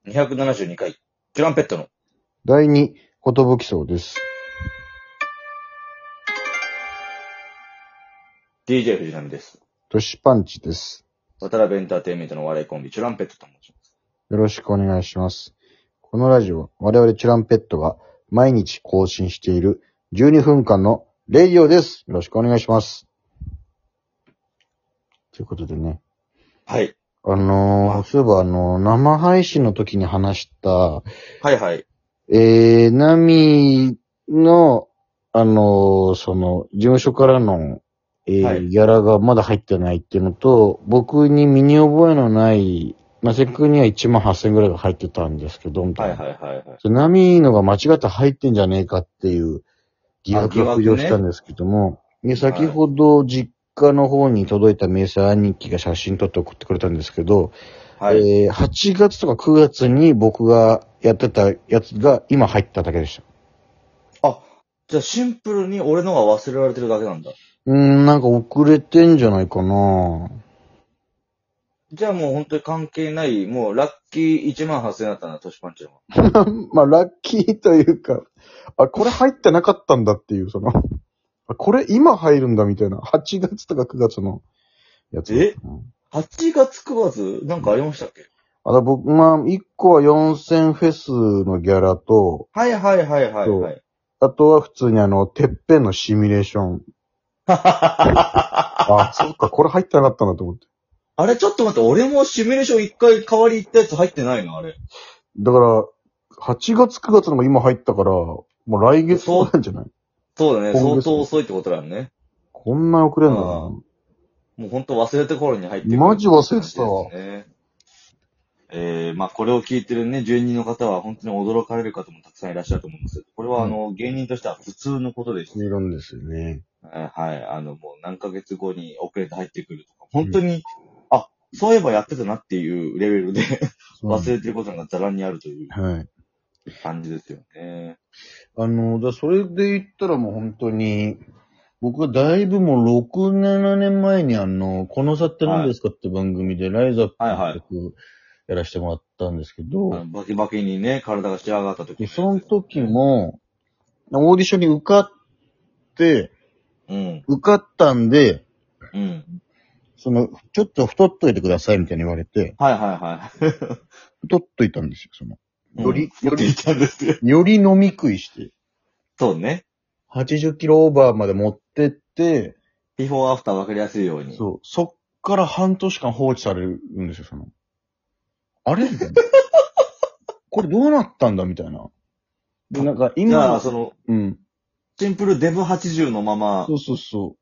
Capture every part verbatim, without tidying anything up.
にひゃくななじゅうにかい、チュランペットの第二、ことぶきそうです。 ディージェー 藤波です。 トシパンチです。 渡辺エンターテインメントのお笑いコンビ、チュランペットと申します。 よろしくお願いします。このラジオは我々チュランペットが毎日更新しているじゅうにふんかんのレイディオです。よろしくお願いします。ということでね。 はい。 あのー、そういえばあのー、生配信の時に話した、 はいはい。 えー、ナミの、あのー、その、事務所からの、えーはいギャラがまだ入ってないっていうのと、僕に身に覚えのない、まあ、せっくにはいちまんはっせんぐらいが入ってたんですけど、みたはいいな。 はいはいはい。 それナミのが間違って入ってんじゃねえかっていう疑惑が浮上あ疑惑ねしたんですけども、で先ほど実家の方に届いた明細兄貴が写真撮って送ってくれたんですけど、 はい。 えー、はちがつとかくがつに僕がやってたやつが今入っただけでした。 あ、じゃあシンプルに俺のが忘れられてるだけなんだ。 うーん、なんか遅れてんじゃないかな。 じゃあもう本当に関係ない、もうラッキーいちまんはっせんだったんだ、トシパンチのが。 まあ、ラッキーというか、あ、これ入ってなかったんだっていう、その、あこれ今入るんだみたいな、はちがつとかくがつのやつ。 え ?はちがつくがつなんかありましたっけ？ あだ僕、まあ、いっこはよんせんフェスのギャラと、 はいはいはいはいはい。 あとは普通にあの、てっぺんのシミュレーション。あ、そっか、これ入ってなかったなと思って。 あれちょっと待って、俺もシミュレーション一回代わり行ったやつ入ってないのあれ。 だから、はちがつくがつのが今入ったから、もう来月そうなんじゃない？ そうだね、相今月当遅いってことだよね。 こんな遅れんだな。 もうほんと忘れた頃に入ってくる、 マジ忘れてたわ。 ね、えー、まあこれを聞いてるね、住人の方は本当に驚かれる方もたくさんいらっしゃると思うんですけど、これはあの、うん、芸人としては普通のことです。 いるんですよね。 はい、あの、もう何ヶ月後に遅れて入ってくるとか、本当に、うん、あ、そういえばやってたなっていうレベルで忘れてることがざらにあるという感じですよね。 はい、あの、だそれで言ったらもう本当に、僕はだいぶもうろく、ななねんまえにあの、この差って何ですかって番組でライズアップの曲やらせてもらったんですけど、 はいはい、バキバキにね、体が仕上がった時、 ね、その時も、オーディションに受かって、 うん、 受かったんで、 うん、 その、ちょっと太っといてくださいみたいに言われて、 はいはいはい。 太っといたんですよ、その。より、 うん、より、 より飲み食いして。 そうね。 はちじゅっキロオーバーまで持ってって、 ビフォーアフター分かりやすいように。 そう。そっから半年間放置されるんですよ、その。あれみたいな。これどうなったんだみたいな。で、なんか今。 じゃあ、その、 うん。 シンプルデブはちじゅうのまま。 そうそうそう。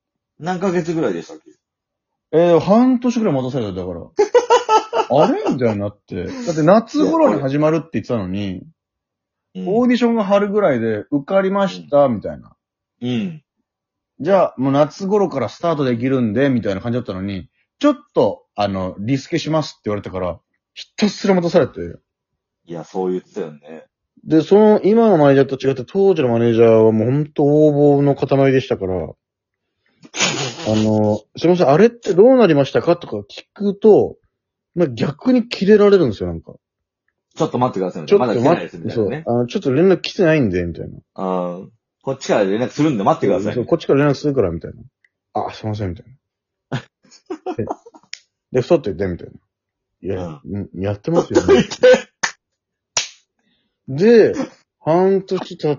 何ヶ月ぐらいでしたっけ？ えー、半年ぐらい待たされた、だから。あれみたいになって。だって夏頃に始まるって言ってたのに、うん、オーディションが春ぐらいで受かりました、みたいな。 うん。 じゃあ、もう夏頃からスタートできるんで、みたいな感じだったのに、ちょっと、あの、リスケしますって言われたから、ひたすら待たされて。 いや、そう言ってたよね。 で、その、今のマネージャーと違って、当時のマネージャーはもうほんと応募の塊でしたから、あの、すみません、あれってどうなりましたかとか聞くと、まあ、逆にキレられるんですよ、なんか。 ちょっと待ってください、みたいな。まだ来てないです、みたいなね。 そう。あの、ちょっと連絡来てないんで、みたいな。 ああ。こっちから連絡するんで待ってください。 そう、こっちから連絡するから、みたいな。あ、すいません、みたいな。で、で太って言って、みたいな。いや、うん、やってますよね。で、半年経って、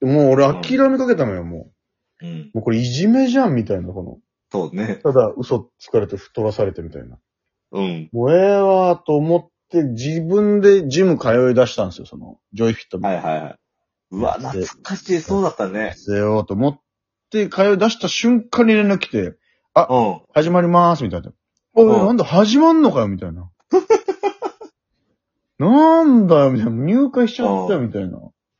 もう俺諦めかけたのよ、もう。うん。もうこれいじめじゃん、みたいな、この。 そうね。 ただ、嘘つかれて太らされてみたいな。 うん。 もうええわーと思って、自分でジム通い出したんですよ、その、ジョイフィットみたいな。はいはいはい。 うわ、懐かしい、そうだったね。 せようと思って、通い出した瞬間に連絡来て、あ、うん、始まりまーす、みたいな。おい、うん、なんだ、始まんのかよ、みたいな。なんだよ、みたいな。入会しちゃったよ、みたいな。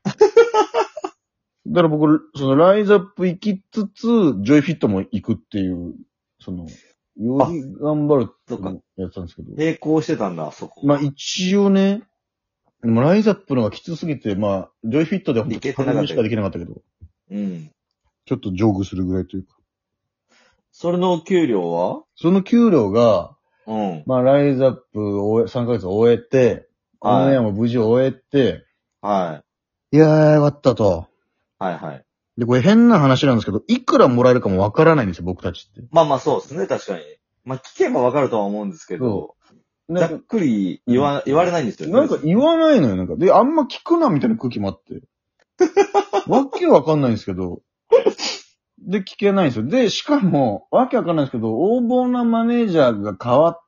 だから僕、その、ライズアップ行きつつ、ジョイフィットも行くっていう、その、より頑張るとかやってたんですけど。 並行してたんだ、そこ。 まあ一応ね、もうライズアップのがきつすぎて、まあ、ジョイフィットでは本当に半分しかできなかったけど。うん。ちょっとジョグするぐらいというか。 それの給料は？ その給料が、 うん。 まあ、ライズアップをさんかげつ終えて、 オンエアも無事終えて、 はい。 いやー、よかったと。 はいはい。 で、これ変な話なんですけど、いくらもらえるかもわからないんですよ、僕たちって。 まあまあそうですね、確かに。まあ聞けばわかるとは思うんですけど、ざっくり言わ、言われないんですよね。 なんか言わないのよ、なんか。で、あんま聞くな、みたいな空気もあって。わけわかんないんですけど、で、聞けないんですよ。で、しかも、わけわかんないんですけど、横暴なマネージャーが変わって、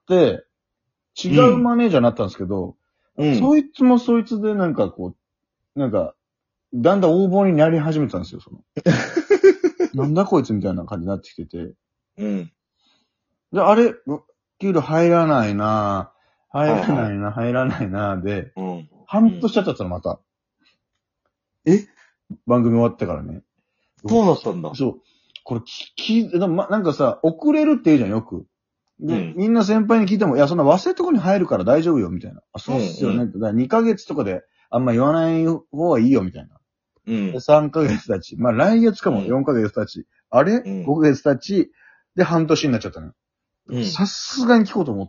違うマネージャーになったんですけど、うん、そいつもそいつでなんかこう、なんか、だんだん横暴になり始めてたんですよ、その。なんだこいつみたいな感じになってきてて。うん。で、あれ、給料入らないな入らないな、はいはい、入らないなで、うん、半年経っちゃったの、また。え番組終わってからね。 そうだったんだ。 そう。これ聞き、ま、なんかさ、遅れるって言うじゃん、よく。で、うん、みんな先輩に聞いても、いや、そんな忘れとこに入るから大丈夫よ、みたいな。あ、そうっすよね。うんうん、だからにかげつとかであんま言わない方がいいよ、みたいな。うん。で、さんかげつ経ち。まあ、来月かもよんかげつ経ち。うん、あれ、うん、ごかげつ経ち。で、半年になっちゃったの。さすがに聞こうと思って、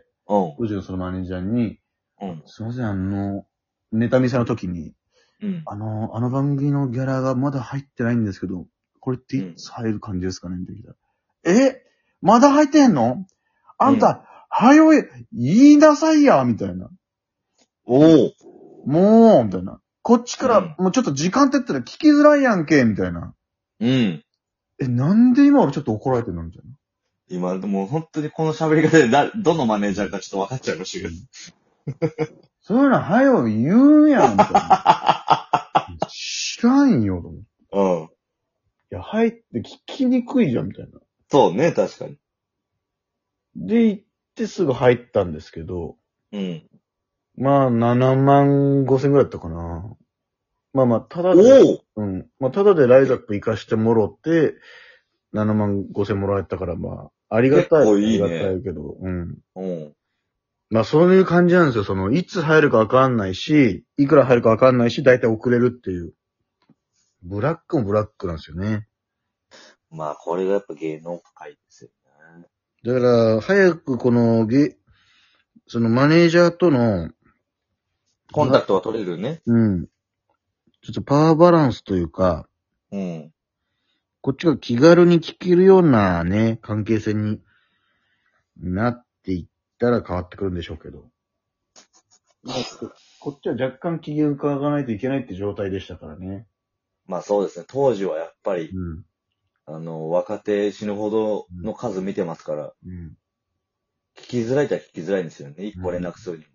うん。うちのそのマネージャーに、うん。すいません、あの、ネタ見せの時に、うん。あの、あの番組のギャラがまだ入ってないんですけど、これっていつ入る感じですかねみたいな。えまだ入ってんのあんた、うん、はよい、言いなさいやみたいな。おお。もう、みたいな。こっちから、もうちょっと時間経ったら聞きづらいやんけ、みたいな。うん。え、なんで今俺ちょっと怒られてんのみたいな。今、もう本当にこの喋り方でだ、どのマネージャーかちょっと分かっちゃいましたけど。そういうのはよ言うやん、みたいな。知らんよ、と思って。うん。いや、入って聞きにくいじゃん、みたいな。そうね、確かに。で、行ってすぐ入ったんですけど、うん。まあ、ななまんごせんぐらいだったかな。まあまあ、ただで、うん。まあ、ただでライザップ行かしてもろって、ななまんごせんもらえたから、まあ、ありがたい。いいね。ありがたいけど、うん。うん。まあ、そういう感じなんですよ。その、いつ入るかわかんないし、いくら入るかわかんないし、だいたい遅れるっていう。ブラックもブラックなんですよね。まあ、これがやっぱ芸能界ですよね。だから、早くこの、ゲ、そのマネージャーとの、コンタクトは取れるね。うん。ちょっとパワーバランスというか、うん。こっちが気軽に聞けるようなね、関係性になっていったら変わってくるんでしょうけど。こっちは若干機嫌伺わないといけないって状態でしたからね。まあそうですね。当時はやっぱり、うん、あの、若手死ぬほどの数見てますから、うん、聞きづらいっちゃ聞きづらいんですよね。一個連絡するにも。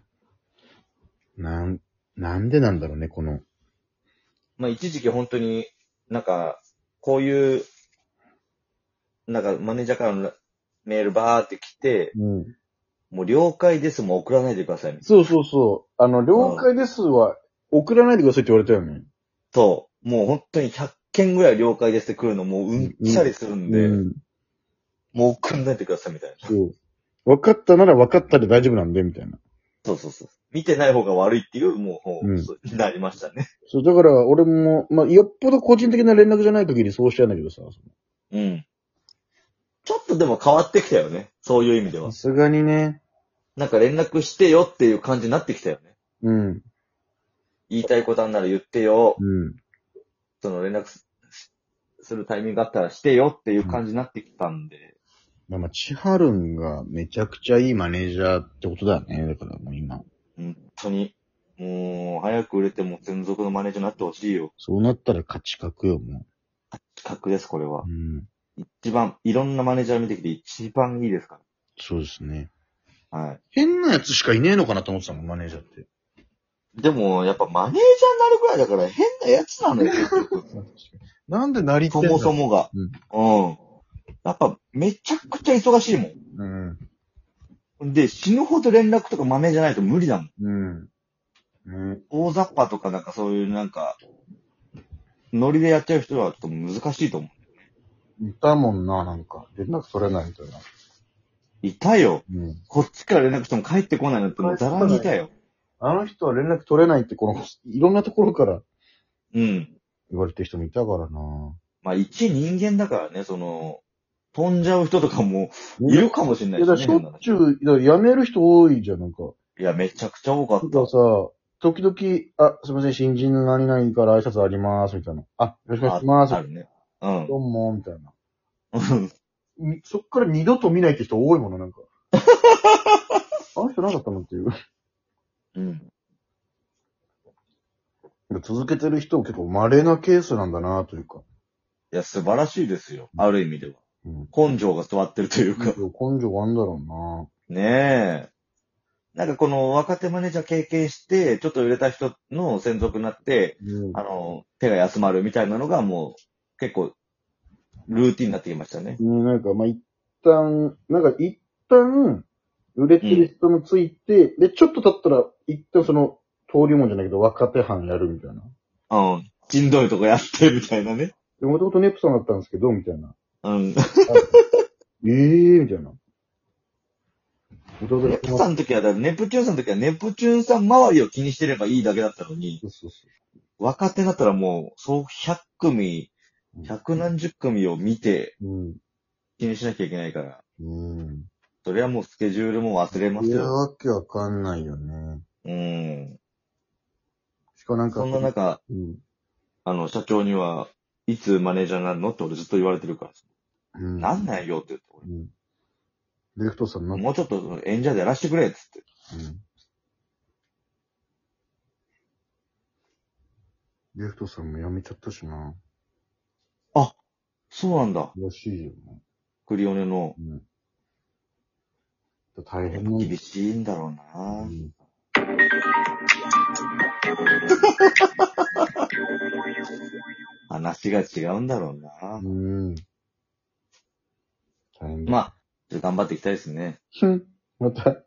なん、なんでなんだろうね、この。まあ一時期本当になんか、こういう、なんかマネージャーからのメールバーって来て、うん、もう了解ですも送らないでください、ね。そうそうそう。あの、了解ですは送らないでくださいって言われたよね。そう。もう本当にひゃっけんぐらい了解ですって来るのもううんちゃりするんで、うん、もう送んないでくださいみたいな。そう。分かったなら分かったで大丈夫なんで、みたいな。そうそうそう。見てない方が悪いっていう、もう、うん、なりましたね。そう、だから俺も、まあ、よっぽど個人的な連絡じゃない限りそうしちゃうんだけどさ。うん。ちょっとでも変わってきたよね。そういう意味では。さすがにね。なんか連絡してよっていう感じになってきたよね。うん。言いたいことあんなら言ってよ。うん。その連絡 す, するタイミングがあったらしてよっていう感じになってきたんで。うん、まあ、千春がめちゃくちゃいいマネージャーってことだよね。だからもう今。本当に。もう、早く売れても専属のマネージャーになってほしいよ。そうなったら価値格よ、もう。価値格です、これは。うん。一番、いろんなマネージャー見てきて一番いいですから。そうですね。はい。変なやつしかいねえのかなと思ってたもん、マネージャーって。でも、やっぱマネージャーになるぐらいだから変なやつなのよ、結局。なんでなりてんのそもそもが。うん。うん。やっぱ、めちゃくちゃ忙しいもん。うん。で、死ぬほど連絡とかマネージャーないと無理だもん。うん。ね、大雑把とかなんかそういうなんか、ノリでやっちゃう人はちょっと難しいと思う。いたもんな、なんか。連絡取れないみたいな。いたよ。うん。こっちから連絡しても帰ってこないのってもうザラにいたよ。あの人は連絡取れないって、この、いろんなところから、うん。言われてる人もいたからな。まあ、一人間だからね、その、飛んじゃう人とかもいるかもしれないしね。いや、だしょっちゅう、だ辞める人多いじゃん、なんか。 いや、めちゃくちゃ多かった。 だからさ、時々、あ、すいません、新人の何々から挨拶あります、みたいな。あ、よろしくお願いします。 あるね。うん。 どうも、みたいな。 うん。 みそっから二度と見ないって人多いもの、なんか。あの人何だったのっていう。 うん。 続けてる人結構稀なケースなんだなというか。 いや、素晴らしいですよ。ある意味では。 うん。 根性が座ってるというか。 根性があんだろうな。ねえ。なんかこの若手マネージャー経験して、ちょっと売れた人の専属になって、うん、あの、手が休まるみたいなのがもう結構ルーティンになってきましたね。 ね、なんかまあ一旦、なんか一旦売れてる人もついて、うん、で、ちょっと経ったら一旦その登竜門じゃないけど若手班やるみたいな。 うん。しんどいとこやってみたいなね。 もともとネプさんだったんですけど、みたいな。 うん。 ええー、みたいな。 ネプさんの時は、ネプチューンさんの時はネプチューンさん周りを気にしてればいいだけだったのに、そうそうそう、若手だったらもう、そうひゃく組、百何十組を見て、気にしなきゃいけないから。うん。それはもうスケジュールも忘れますよ。いや、 わけわかんないよね。 うん。 しかもなんか。 そんな中、うん、あの、社長には、いつマネージャーになるのって俺ずっと言われてるから。うん。なんないよって言って、俺。うん。 レフトさんな。 もうちょっと演者でやらしてくれっつって。 うん。レフトさんも辞めちゃったしな。 あ、そうなんだ。 らしいよね。 クリオネの。うん。 大変な。 厳しいんだろうな。うん、話が違うんだろうな。うん。大変だ。まあ、頑張っていきたいですね。 また。